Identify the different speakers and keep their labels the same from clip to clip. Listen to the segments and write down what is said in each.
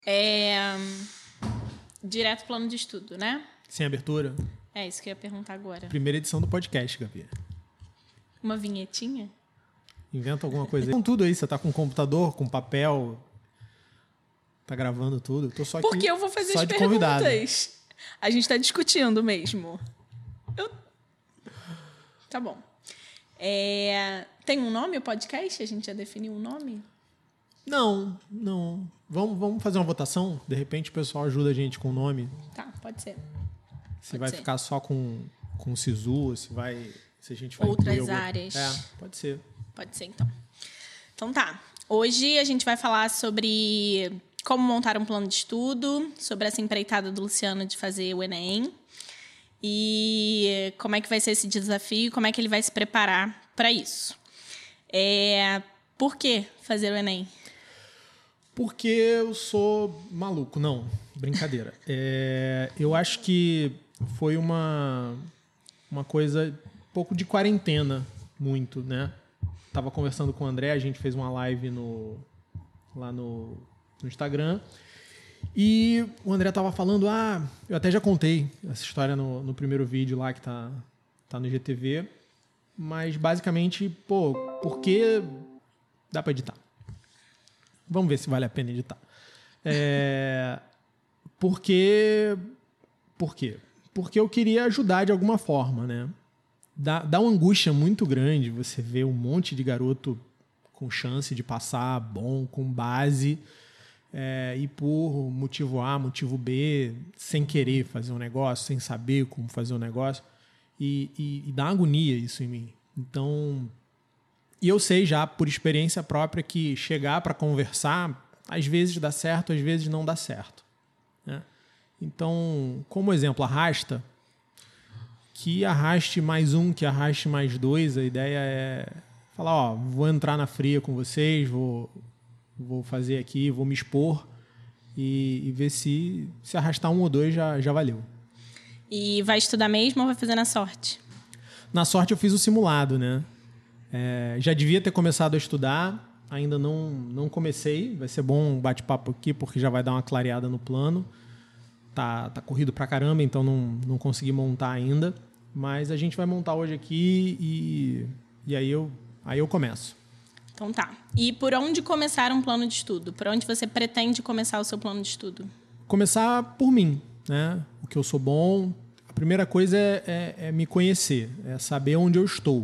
Speaker 1: Direto plano de estudo, né?
Speaker 2: Sem abertura?
Speaker 1: É isso que eu ia perguntar agora.
Speaker 2: Primeira edição do podcast, Gabi.
Speaker 1: Uma vinhetinha?
Speaker 2: Inventa alguma coisa aí. Com tudo aí, você tá com computador, com papel, tá gravando tudo. Eu tô só aqui.
Speaker 1: Porque eu vou fazer
Speaker 2: só
Speaker 1: as
Speaker 2: de
Speaker 1: perguntas.
Speaker 2: Convidado.
Speaker 1: A gente tá discutindo mesmo. Tá bom. Tem um nome o podcast? A gente já definiu um nome?
Speaker 2: Não. Vamos fazer uma votação? De repente o pessoal ajuda a gente com o nome.
Speaker 1: Tá, pode ser.
Speaker 2: Se vai ficar só com o Sisu, se a gente vai
Speaker 1: outras áreas.
Speaker 2: Pode ser.
Speaker 1: Pode ser, então. Então tá. Hoje a gente vai falar sobre como montar um plano de estudo, sobre essa empreitada do Luciano de fazer o Enem e como é que vai ser esse desafio e como é que ele vai se preparar para isso. Por que fazer o Enem?
Speaker 2: Porque eu sou maluco. Não, brincadeira. Eu acho que foi uma coisa um pouco de quarentena, muito, né? Tava conversando com o André, a gente fez uma live lá no Instagram. E o André tava falando, eu até já contei essa história no primeiro vídeo lá que tá no IGTV. Mas basicamente, por que dá para editar? Vamos ver se vale a pena editar. Por quê? Porque eu queria ajudar de alguma forma, né? Dá uma angústia muito grande você ver um monte de garoto com chance de passar bom, com base, e por motivo A, motivo B, sem querer fazer um negócio, sem saber como fazer um negócio. E dá agonia isso em mim. Então, e eu sei já, por experiência própria, que chegar para conversar, às vezes dá certo, às vezes não dá certo, né? Então, como exemplo, arrasta. Que arraste mais um, que arraste mais dois. A ideia é falar, vou entrar na fria com vocês, vou fazer aqui, vou me expor e ver se arrastar um ou dois já valeu.
Speaker 1: E vai estudar mesmo ou vai fazer na sorte?
Speaker 2: Na sorte eu fiz o simulado, né? Já devia ter começado a estudar, ainda não comecei. Vai ser bom um bate-papo aqui, porque já vai dar uma clareada no plano. Tá corrido pra caramba, então não consegui montar ainda. Mas a gente vai montar hoje aqui e aí eu começo.
Speaker 1: Então tá. E por onde começar um plano de estudo? Por onde você pretende começar o seu plano de estudo? Começar
Speaker 2: por mim, né? O que eu sou bom. A primeira coisa é me conhecer, é saber onde eu estou.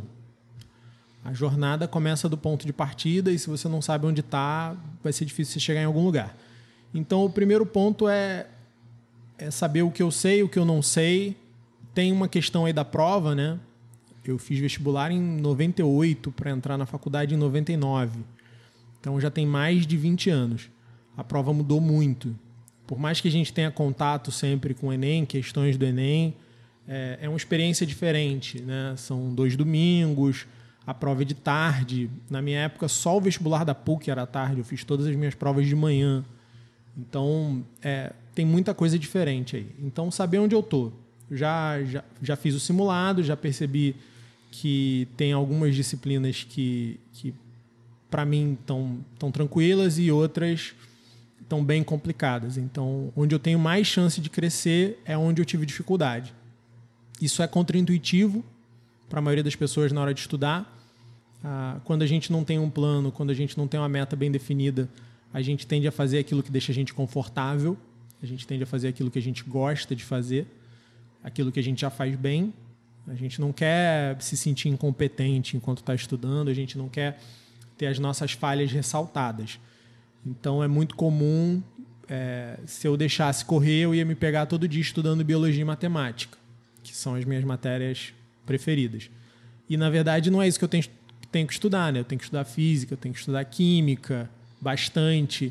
Speaker 2: A jornada começa do ponto de partida e se você não sabe onde está, vai ser difícil você chegar em algum lugar. Então o primeiro ponto é saber o que eu sei, o que eu não sei. Tem uma questão aí da prova, né? Eu fiz vestibular em 98 para entrar na faculdade em 99. Então já tem mais de 20 anos. A prova mudou muito. Por mais que a gente tenha contato sempre com o Enem, questões do Enem, é uma experiência diferente, né? São 2 domingos, a prova é de tarde. Na minha época, só o vestibular da PUC era à tarde. Eu fiz todas as minhas provas de manhã. Então, tem muita coisa diferente aí. Então, saber onde eu estou. Já fiz o simulado, já percebi que tem algumas disciplinas que para mim, estão tranquilas e outras estão bem complicadas. Então, onde eu tenho mais chance de crescer é onde eu tive dificuldade. Isso é contraintuitivo para a maioria das pessoas na hora de estudar. Quando a gente não tem um plano, quando a gente não tem uma meta bem definida, a gente tende a fazer aquilo que deixa a gente confortável, a gente tende a fazer aquilo que a gente gosta de fazer, aquilo que a gente já faz bem. A gente não quer se sentir incompetente enquanto está estudando, a gente não quer ter as nossas falhas ressaltadas. Então é muito comum, se eu deixasse correr, eu ia me pegar todo dia estudando biologia e matemática, que são as minhas matérias preferidas. E na verdade não é isso que eu tenho que estudar, né? Eu tenho que estudar física, eu tenho que estudar química, bastante.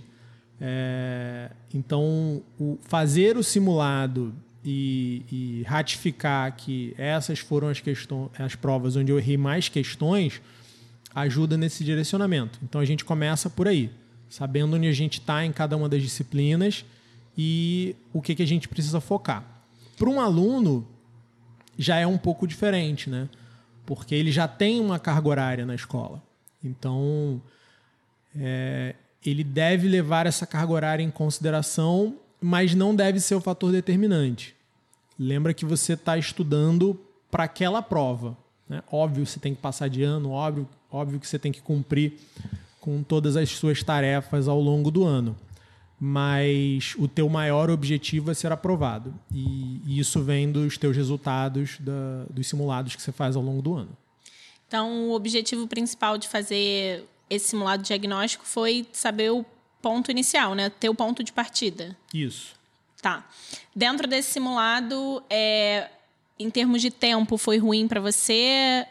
Speaker 2: Então, fazer o simulado e ratificar que essas foram as provas onde eu errei mais questões ajuda nesse direcionamento. Então, a gente começa por aí, sabendo onde a gente está em cada uma das disciplinas e o que a gente precisa focar. Para um aluno, já é um pouco diferente, né? Porque ele já tem uma carga horária na escola. Então, ele deve levar essa carga horária em consideração, mas não deve ser o fator determinante. Lembra que você está estudando para aquela prova, né? Óbvio que você tem que passar de ano, óbvio que você tem que cumprir com todas as suas tarefas ao longo do ano. Mas o teu maior objetivo é ser aprovado. E isso vem dos teus resultados dos simulados que você faz ao longo do ano.
Speaker 1: Então, o objetivo principal de fazer esse simulado diagnóstico foi saber o ponto inicial, né? Ter o ponto de partida.
Speaker 2: Isso.
Speaker 1: Tá. Dentro desse simulado, em termos de tempo, foi ruim para você?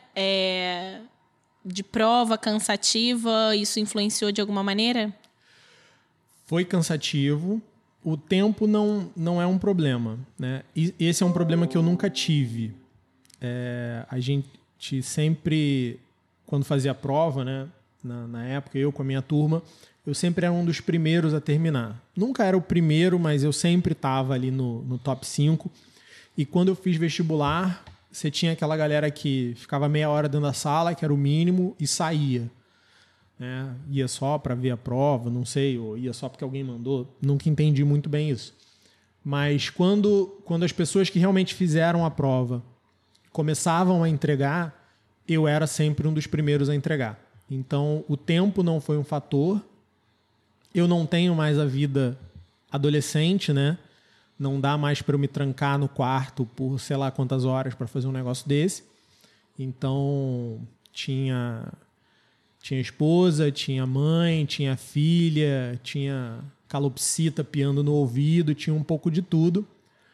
Speaker 1: De prova, cansativa, isso influenciou de alguma maneira?
Speaker 2: Foi cansativo. O tempo não é um problema, né? E esse é um problema que eu nunca tive. A gente sempre, quando fazia a prova, né? Na época, eu com a minha turma, eu sempre era um dos primeiros a terminar. Nunca era o primeiro, mas eu sempre estava ali no top 5. E quando eu fiz vestibular, você tinha aquela galera que ficava meia hora dentro da sala, que era o mínimo, e saía. Ia só para ver a prova, não sei, ou ia só porque alguém mandou. Nunca entendi muito bem isso. Mas quando as pessoas que realmente fizeram a prova começavam a entregar, eu era sempre um dos primeiros a entregar. Então, o tempo não foi um fator. Eu não tenho mais a vida adolescente, né? Não dá mais para eu me trancar no quarto por sei lá quantas horas para fazer um negócio desse. Então, tinha esposa, tinha mãe, tinha filha, tinha calopsita piando no ouvido, tinha um pouco de tudo,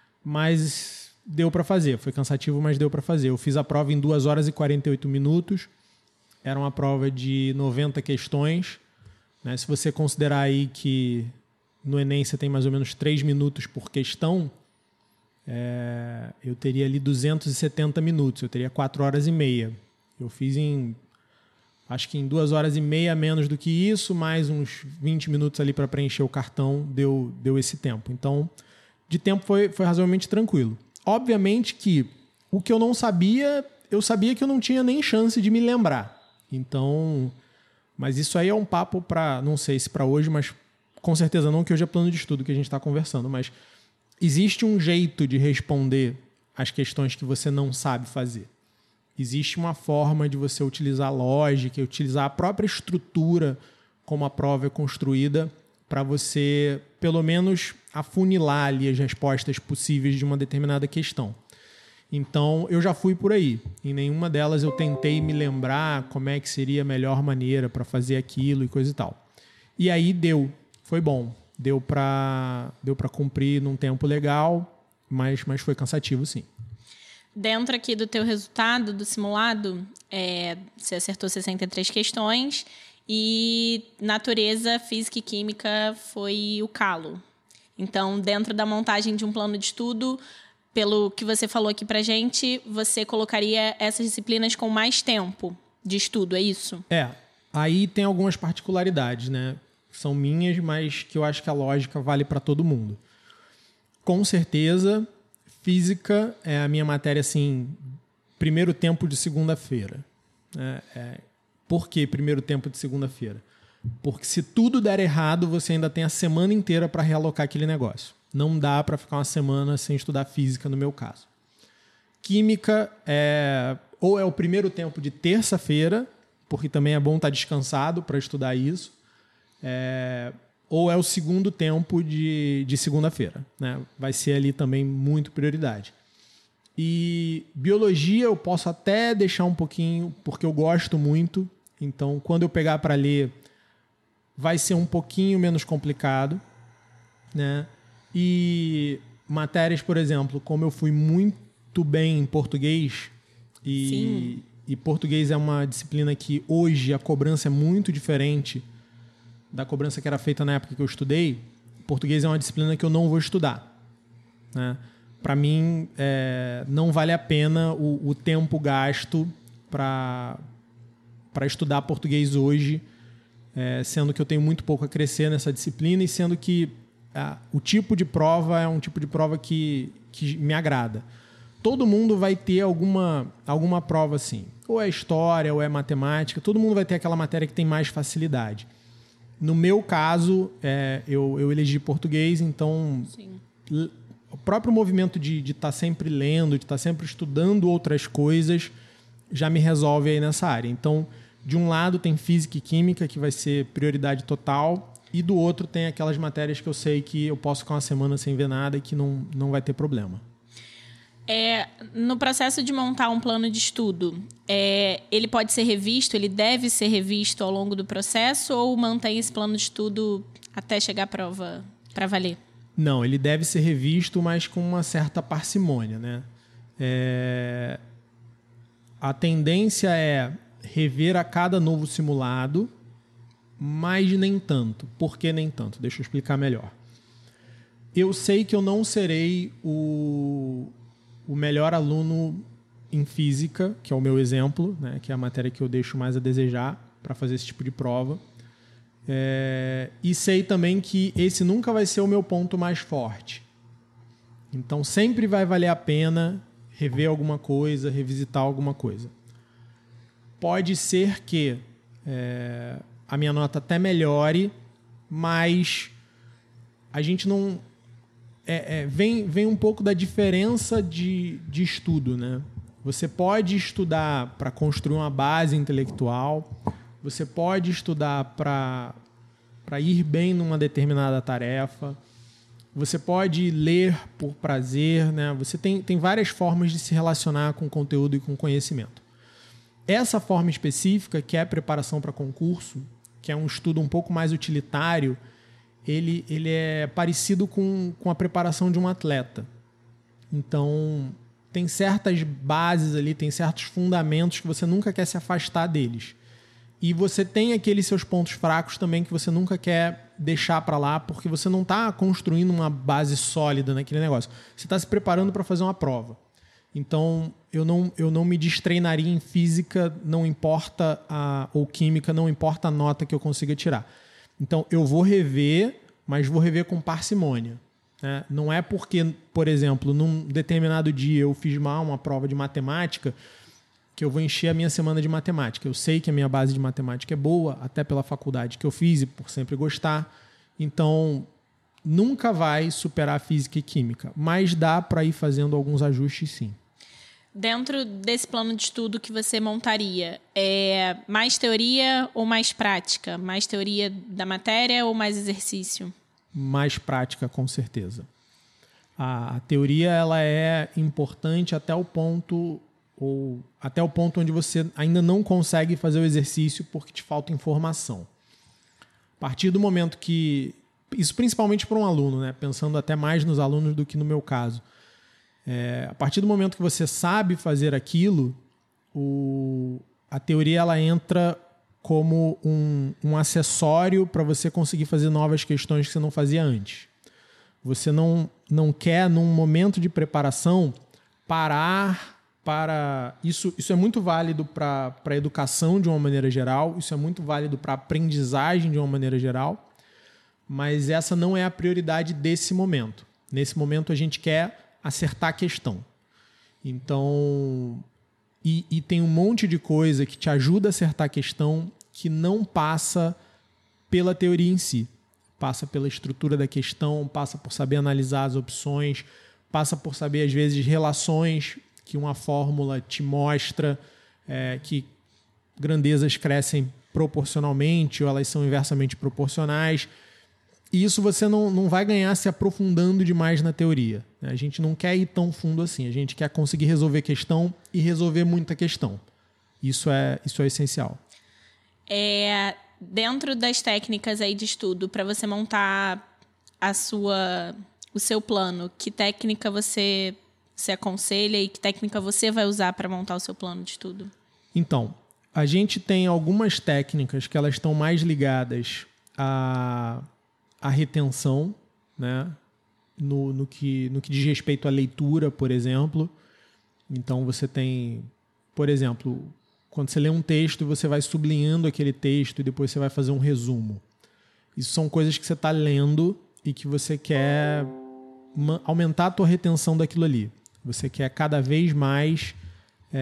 Speaker 2: mas deu para fazer. Foi cansativo, mas deu para fazer. Eu fiz a prova em 2 horas e 48 minutos. Era uma prova de 90 questões, né? Se você considerar aí que no Enem você tem mais ou menos 3 minutos por questão, eu teria ali 270 minutos, eu teria 4 horas e meia. Eu fiz acho que em 2 horas e meia menos do que isso, mais uns 20 minutos ali para preencher o cartão, deu esse tempo. Então, de tempo foi razoavelmente tranquilo. Obviamente que o que eu não sabia, eu sabia que eu não tinha nem chance de me lembrar. Então, mas isso aí é um papo para, não sei se para hoje, mas com certeza não, que hoje é plano de estudo que a gente está conversando, mas existe um jeito de responder as questões que você não sabe fazer. Existe uma forma de você utilizar a lógica, utilizar a própria estrutura como a prova é construída para você, pelo menos, afunilar ali as respostas possíveis de uma determinada questão. Então, eu já fui por aí. Em nenhuma delas eu tentei me lembrar como é que seria a melhor maneira para fazer aquilo e coisa e tal. E aí deu. Foi bom. Deu para cumprir num tempo legal, mas foi cansativo, sim.
Speaker 1: Dentro aqui do teu resultado do simulado, você acertou 63 questões e natureza, física e química foi o calo. Então, dentro da montagem de um plano de estudo, pelo que você falou aqui pra gente, você colocaria essas disciplinas com mais tempo de estudo, é isso?
Speaker 2: Aí tem algumas particularidades, né? São minhas, mas que eu acho que a lógica vale para todo mundo. Com certeza, física é a minha matéria, assim, primeiro tempo de segunda-feira. Por que primeiro tempo de segunda-feira? Porque se tudo der errado, você ainda tem a semana inteira para realocar aquele negócio. Não dá para ficar uma semana sem estudar física, no meu caso. Química ou é o primeiro tempo de terça-feira, porque também é bom estar descansado para estudar isso, ou é o segundo tempo de segunda-feira, né? Vai ser ali também muito prioridade. E biologia eu posso até deixar um pouquinho, porque eu gosto muito. Então, quando eu pegar para ler, vai ser um pouquinho menos complicado, né? E matérias, por exemplo, como eu fui muito bem em português, e português é uma disciplina que hoje a cobrança é muito diferente da cobrança que era feita na época que eu estudei. Português é uma disciplina que eu não vou estudar, né? Para mim, não vale a pena o tempo gasto para estudar português hoje, sendo que eu tenho muito pouco a crescer nessa disciplina e sendo que o tipo de prova é um tipo de prova que me agrada. Todo mundo vai ter alguma prova assim. Ou é história, ou é matemática. Todo mundo vai ter aquela matéria que tem mais facilidade. No meu caso, eu elegi português, então o próprio movimento de estar sempre lendo, de estar sempre estudando outras coisas, já me resolve aí nessa área. Então, de um lado tem física e química, que vai ser prioridade total, e do outro tem aquelas matérias que eu sei que eu posso ficar uma semana sem ver nada e que não vai ter problema.
Speaker 1: No processo de montar um plano de estudo, ele pode ser revisto, ele deve ser revisto ao longo do processo ou mantém esse plano de estudo até chegar à prova para valer?
Speaker 2: Não, ele deve ser revisto, mas com uma certa parcimônia, né? A tendência é rever a cada novo simulado, mas nem tanto. Por que nem tanto? Deixa eu explicar melhor. Eu sei que eu não serei o melhor aluno em física, que é o meu exemplo, né, que é a matéria que eu deixo mais a desejar para fazer esse tipo de prova. E sei também que esse nunca vai ser o meu ponto mais forte. Então, sempre vai valer a pena rever alguma coisa, revisitar alguma coisa. Pode ser que a minha nota até melhore, mas a gente não... vem um pouco da diferença de estudo, né? Você pode estudar para construir uma base intelectual, você pode estudar para ir bem numa determinada tarefa, você pode ler por prazer, né? Você tem várias formas de se relacionar com conteúdo e com conhecimento. Essa forma específica, que é a preparação para concurso, que é um estudo um pouco mais utilitário, ele é parecido com a preparação de um atleta. Então, tem certas bases ali, tem certos fundamentos que você nunca quer se afastar deles. E você tem aqueles seus pontos fracos também que você nunca quer deixar para lá, porque você não está construindo uma base sólida naquele negócio. Você está se preparando para fazer uma prova. Então, eu não me destreinaria em física, não importa ou química, não importa a nota que eu consiga tirar. Então, eu vou rever, mas vou rever com parcimônia, né? Não é porque, por exemplo, num determinado dia eu fiz mal uma prova de matemática que eu vou encher a minha semana de matemática. Eu sei que a minha base de matemática é boa, até pela faculdade que eu fiz e por sempre gostar. Então, nunca vai superar física e química, mas dá para ir fazendo alguns ajustes, sim.
Speaker 1: Dentro desse plano de estudo que você montaria, mais teoria ou mais prática? Mais teoria da matéria ou mais exercício?
Speaker 2: Mais prática, com certeza. A teoria ela é importante até o ponto onde você ainda não consegue fazer o exercício porque te falta informação. A partir do momento que... Isso principalmente para um aluno, né? Pensando até mais nos alunos do que no meu caso. A partir do momento que você sabe fazer aquilo, a teoria ela entra como um acessório para você conseguir fazer novas questões que você não fazia antes. Você não quer, num momento de preparação, parar para... Isso é muito válido para a educação de uma maneira geral, isso é muito válido para a aprendizagem de uma maneira geral, mas essa não é a prioridade desse momento. Nesse momento a gente quer acertar a questão. Então, e tem um monte de coisa que te ajuda a acertar a questão que não passa pela teoria em si. Passa pela estrutura da questão, passa por saber analisar as opções, passa por saber, às vezes, relações que uma fórmula te mostra, que grandezas crescem proporcionalmente ou elas são inversamente proporcionais. E isso você não vai ganhar se aprofundando demais na teoria. A gente não quer ir tão fundo assim. A gente quer conseguir resolver questão e resolver muita questão. Isso é essencial.
Speaker 1: Dentro das técnicas aí de estudo, para você montar o seu plano, que técnica você aconselha e que técnica você vai usar para montar o seu plano de estudo?
Speaker 2: Então, a gente tem algumas técnicas que elas estão mais ligadas a retenção, né? No que diz respeito à leitura, por exemplo. Então, você tem, por exemplo, quando você lê um texto, você vai sublinhando aquele texto e depois você vai fazer um resumo. Isso são coisas que você está lendo e que você quer aumentar a tua retenção daquilo ali. Você quer cada vez mais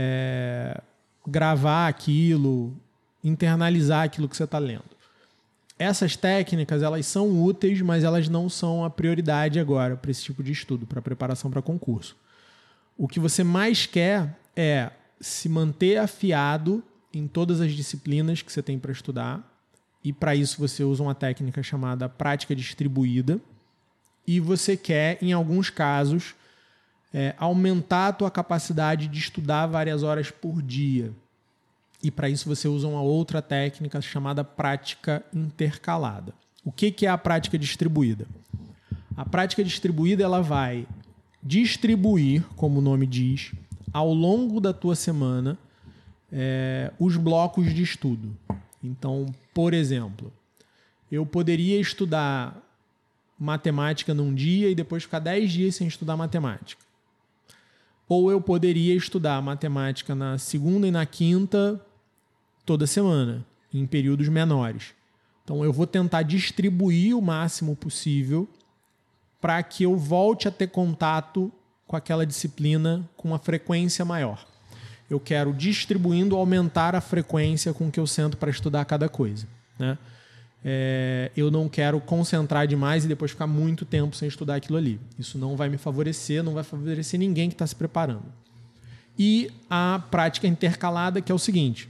Speaker 2: gravar aquilo, internalizar aquilo que você está lendo. essas técnicas, elas são úteis, mas elas não são a prioridade agora para esse tipo de estudo, para preparação para concurso. O que você mais quer é se manter afiado em todas as disciplinas que você tem para estudar, e para isso você usa uma técnica chamada prática distribuída, e você quer, em alguns casos, aumentar a tua capacidade de estudar várias horas por dia. E para isso você usa uma outra técnica chamada prática intercalada. O que é a prática distribuída? A prática distribuída ela vai distribuir, como o nome diz, ao longo da tua semana, os blocos de estudo. Então, por exemplo, eu poderia estudar matemática num dia e depois ficar 10 dias sem estudar matemática. Ou eu poderia estudar matemática na segunda e na quinta toda semana, em períodos menores. Então, eu vou tentar distribuir o máximo possível para que eu volte a ter contato com aquela disciplina com uma frequência maior. Eu quero, distribuindo, aumentar a frequência com que eu sento para estudar cada coisa, né? Eu não quero concentrar demais e depois ficar muito tempo sem estudar aquilo ali. Isso não vai me favorecer, não vai favorecer ninguém que está se preparando. E a prática intercalada, que é o seguinte: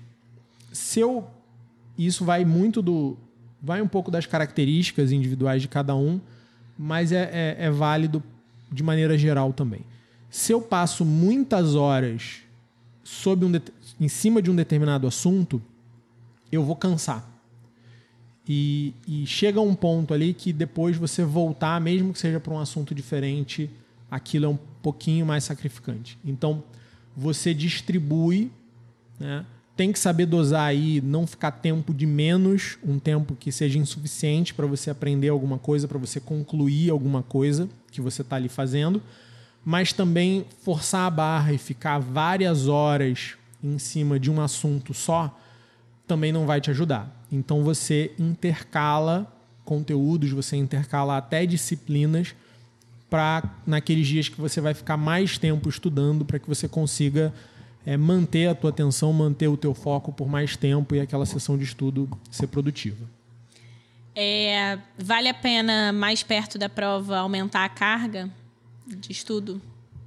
Speaker 2: isso vai um pouco das características individuais de cada um, mas é válido de maneira geral também. Se eu passo muitas horas em cima de um determinado assunto, eu vou cansar. E chega um ponto ali que depois você voltar, mesmo que seja para um assunto diferente, aquilo é um pouquinho mais sacrificante. Então, você distribui, né? Tem que saber dosar aí, não ficar tempo de menos, um tempo que seja insuficiente para você aprender alguma coisa, para você concluir alguma coisa que você está ali fazendo, mas também forçar a barra e ficar várias horas em cima de um assunto só também não vai te ajudar. Então você intercala conteúdos, você intercala até disciplinas para naqueles dias que você vai ficar mais tempo estudando, para que você consiga manter a tua atenção, manter o teu foco por mais tempo e aquela sessão de estudo ser produtiva.
Speaker 1: Vale a pena, mais perto da prova, aumentar a carga de estudo?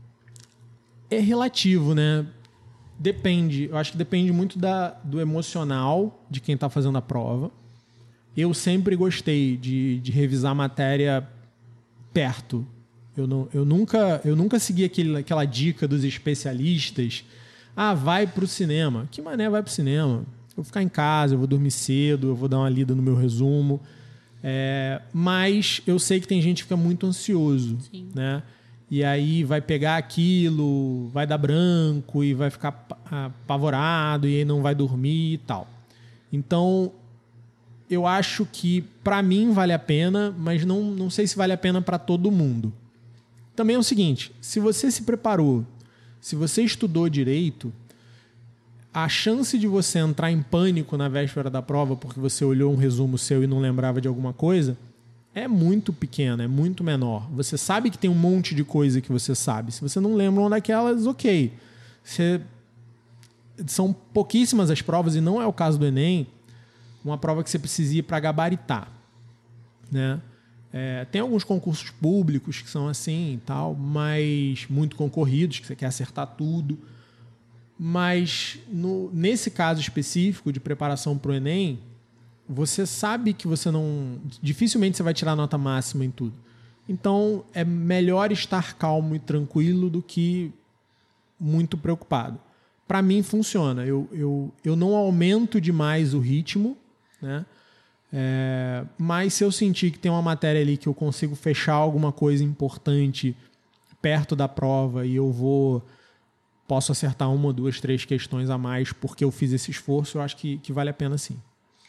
Speaker 2: É relativo, né? Depende. Eu acho que depende muito do emocional de quem está fazendo a prova. Eu sempre gostei de revisar a matéria perto. Eu nunca segui aquela dica dos especialistas. Vai pro cinema. Que mané vai pro cinema? Eu vou ficar em casa, eu vou dormir cedo, eu vou dar uma lida no meu resumo. Mas eu sei que tem gente que fica muito ansioso. Sim. Né? E aí vai pegar aquilo, vai dar branco e vai ficar apavorado e aí não vai dormir e tal. Então, eu acho que para mim vale a pena, mas não sei se vale a pena para todo mundo. Também é o seguinte, se você se preparou, se você estudou direito, a chance de você entrar em pânico na véspera da prova porque você olhou um resumo seu e não lembrava de alguma coisa é muito pequena, é muito menor. Você sabe que tem um monte de coisa que você sabe. Se você não lembra uma daquelas, ok. São pouquíssimas as provas, e não é o caso do Enem, uma prova que você precisa ir para gabaritar, né? Tem alguns concursos públicos que são assim e tal, mas muito concorridos, que você quer acertar tudo. Mas nesse caso específico de preparação para o Enem, você sabe que dificilmente você vai tirar nota máxima em tudo. Então, é melhor estar calmo e tranquilo do que muito preocupado. Para mim, funciona. Eu não aumento demais o ritmo, né? Mas se eu sentir que tem uma matéria ali que eu consigo fechar alguma coisa importante perto da prova e posso acertar 1, 2, 3 questões a mais porque eu fiz esse esforço, eu acho que vale a pena sim.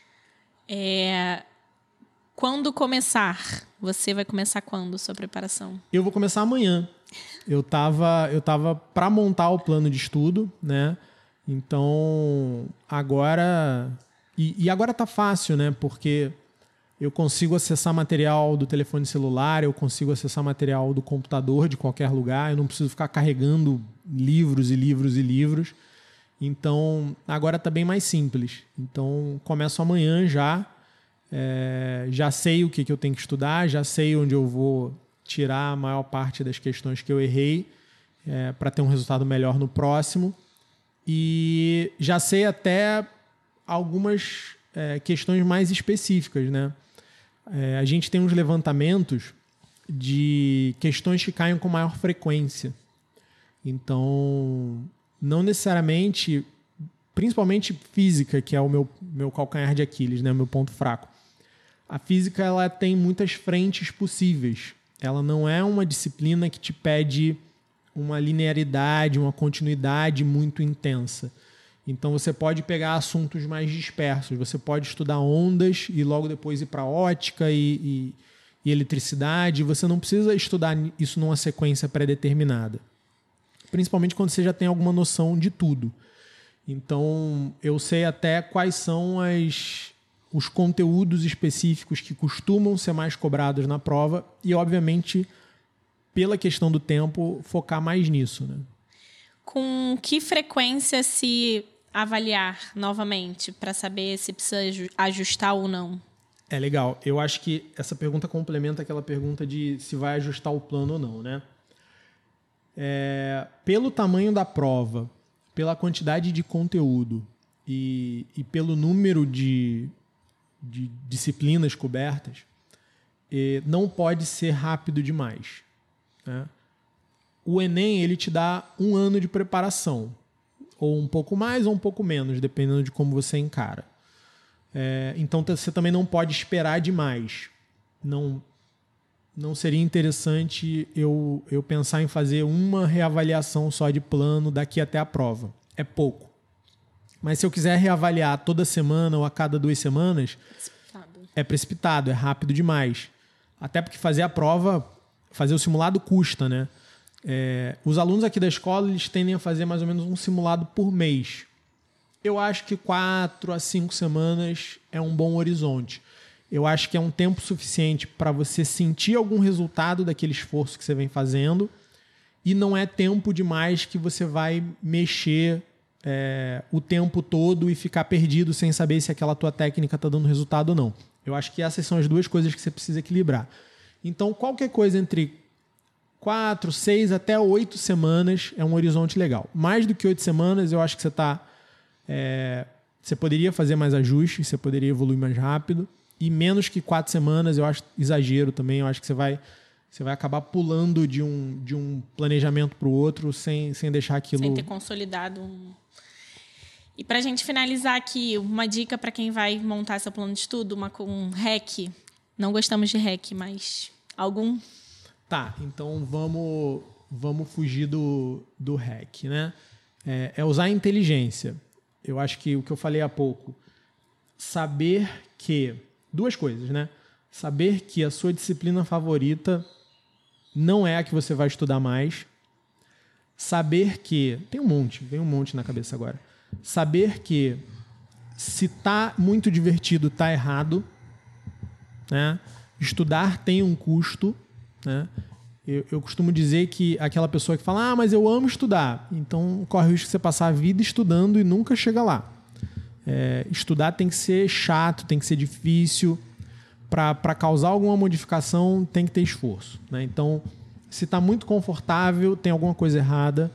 Speaker 1: Quando começar? Você vai começar quando sua preparação?
Speaker 2: Eu vou começar amanhã. Eu tava para montar o plano de estudo, né? Então, agora... E agora tá fácil, né? Porque eu consigo acessar material do telefone celular, eu consigo acessar material do computador de qualquer lugar, eu não preciso ficar carregando livros e livros e livros. Então, agora tá bem mais simples. Então, começo amanhã já. Já sei o que eu tenho que estudar, já sei onde eu vou tirar a maior parte das questões que eu errei para ter um resultado melhor no próximo. E já sei até algumas questões mais específicas, né? A gente tem uns levantamentos de questões que caem com maior frequência. Então, não necessariamente, principalmente física, que é o meu calcanhar de Aquiles, né? O meu ponto fraco. A física, ela tem muitas frentes possíveis. Ela não é uma disciplina que te pede uma linearidade, uma continuidade muito intensa. Então, você pode pegar assuntos mais dispersos. Você pode estudar ondas e logo depois ir para ótica e eletricidade. Você não precisa estudar isso numa sequência pré-determinada. Principalmente quando você já tem alguma noção de tudo. Então, eu sei até quais são os conteúdos específicos que costumam ser mais cobrados na prova e, obviamente, pela questão do tempo, focar mais nisso, né?
Speaker 1: Com que frequência se avaliar novamente para saber se precisa ajustar ou não?
Speaker 2: É legal. Eu acho que essa pergunta complementa aquela pergunta de se vai ajustar o plano ou não, né? Pelo tamanho da prova, pela quantidade de conteúdo e pelo número de disciplinas cobertas, não pode ser rápido demais, né? O Enem, ele te dá 1 ano de preparação, ou um pouco mais ou um pouco menos, dependendo de como você encara. Então, você também não pode esperar demais. Não seria interessante eu pensar em fazer uma reavaliação só de plano daqui até a prova. É pouco. Mas se eu quiser reavaliar toda semana ou a cada 2 semanas, é precipitado, é rápido demais. Até porque fazer a prova, fazer o simulado custa, né? Os alunos aqui da escola, eles tendem a fazer mais ou menos um simulado por mês. Eu acho que 4 a 5 semanas é um bom horizonte. Eu acho que é um tempo suficiente para você sentir algum resultado daquele esforço que você vem fazendo e não é tempo demais que você vai mexer o tempo todo e ficar perdido sem saber se aquela tua técnica está dando resultado ou não. Eu acho que essas são as 2 coisas que você precisa equilibrar. Então, qualquer coisa entre 4, 6 até 8 semanas é um horizonte legal. Mais do que 8 semanas, eu acho que você poderia fazer mais ajustes, você poderia evoluir mais rápido. E menos que 4 semanas, eu acho exagero também. Eu acho que você vai acabar pulando de um planejamento para o outro sem deixar aquilo...
Speaker 1: Sem ter consolidado E para a gente finalizar aqui, uma dica para quem vai montar seu plano de estudo, um hack. Não gostamos de hack, mas algum?
Speaker 2: Tá, então vamos fugir do hack, né? Usar a inteligência. Eu acho que o que eu falei há pouco, saber que... 2 coisas, né? Saber que a sua disciplina favorita não é a que você vai estudar mais. Saber que... Vem um monte na cabeça agora. Saber que se tá muito divertido, tá errado, né? Estudar tem um custo, né? Eu costumo dizer que aquela pessoa que fala, mas eu amo estudar, então corre o risco de você passar a vida estudando e nunca chega lá. Estudar tem que ser chato, tem que ser difícil. Para causar alguma modificação, tem que ter esforço, né? Então, se está muito confortável, tem alguma coisa errada.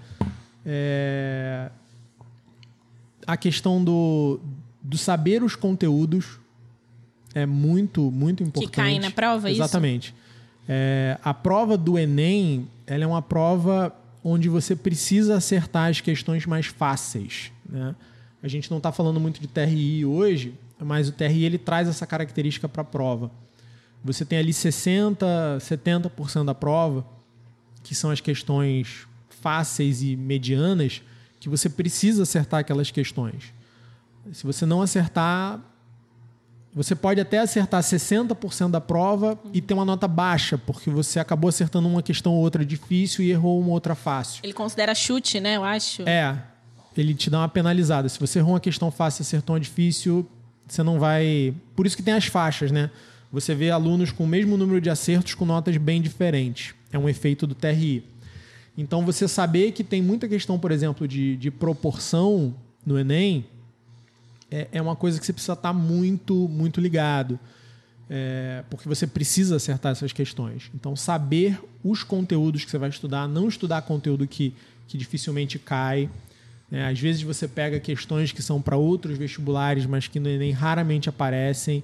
Speaker 2: A questão do saber os conteúdos é muito, muito importante.
Speaker 1: Que caem na prova,
Speaker 2: exatamente. A prova do Enem, ela é uma prova onde você precisa acertar as questões mais fáceis, né? A gente não está falando muito de TRI hoje, mas o TRI ele traz essa característica para a prova. Você tem ali 60%, 70% da prova, que são as questões fáceis e medianas, que você precisa acertar aquelas questões. Se você não acertar, você pode até acertar 60% da prova e ter uma nota baixa, porque você acabou acertando uma questão ou outra difícil e errou uma outra fácil.
Speaker 1: Ele considera chute, né? Eu acho.
Speaker 2: Ele te dá uma penalizada. Se você errou uma questão fácil e acertou uma difícil, você não vai... Por isso que tem as faixas, né? Você vê alunos com o mesmo número de acertos com notas bem diferentes. É um efeito do TRI. Então, você saber que tem muita questão, por exemplo, de proporção no Enem, é uma coisa que você precisa estar muito, muito ligado. porque você precisa acertar essas questões. Então, saber os conteúdos que você vai estudar, não estudar conteúdo que dificilmente cai. Às vezes você pega questões que são para outros vestibulares, mas que no Enem raramente aparecem.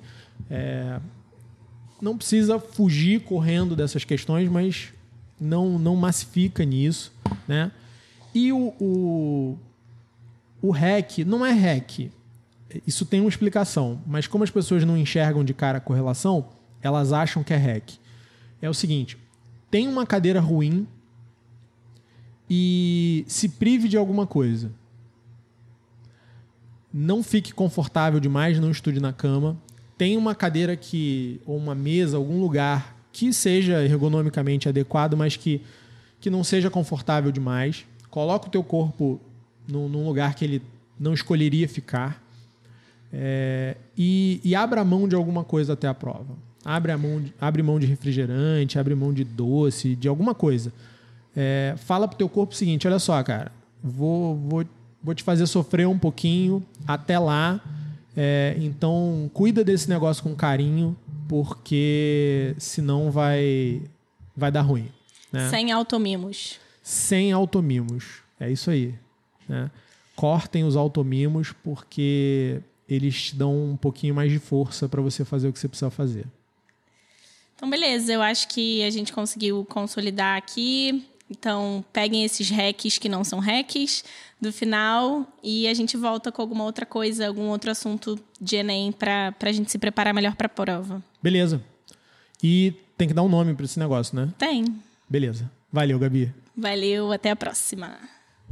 Speaker 2: Não precisa fugir correndo dessas questões, mas não massifica nisso, né? E o REC não é REC. Isso tem uma explicação, mas como as pessoas não enxergam de cara a correlação, elas acham que é REC. É o seguinte, tem uma cadeira ruim e se prive de alguma coisa. Não fique confortável demais, não estude na cama. Tem uma cadeira ou uma mesa, algum lugar que seja ergonomicamente adequado, mas que não seja confortável demais. Coloca o teu corpo num lugar que ele não escolheria ficar. E abra mão de alguma coisa até a prova. Abre mão de refrigerante, abre mão de doce, de alguma coisa. Fala pro teu corpo o seguinte, olha só, cara, vou te fazer sofrer um pouquinho até lá, então cuida desse negócio com carinho, porque senão vai dar ruim. Né?
Speaker 1: Sem automimos.
Speaker 2: Sem automimos, é isso aí. Né? Cortem os automimos, porque eles te dão um pouquinho mais de força para você fazer o que você precisa fazer.
Speaker 1: Então, beleza. Eu acho que a gente conseguiu consolidar aqui. Então, peguem esses hacks que não são hacks do final e a gente volta com alguma outra coisa, algum outro assunto de Enem para a gente se preparar melhor para a prova.
Speaker 2: Beleza. E tem que dar um nome para esse negócio, né?
Speaker 1: Tem.
Speaker 2: Beleza. Valeu, Gabi.
Speaker 1: Valeu. Até a próxima.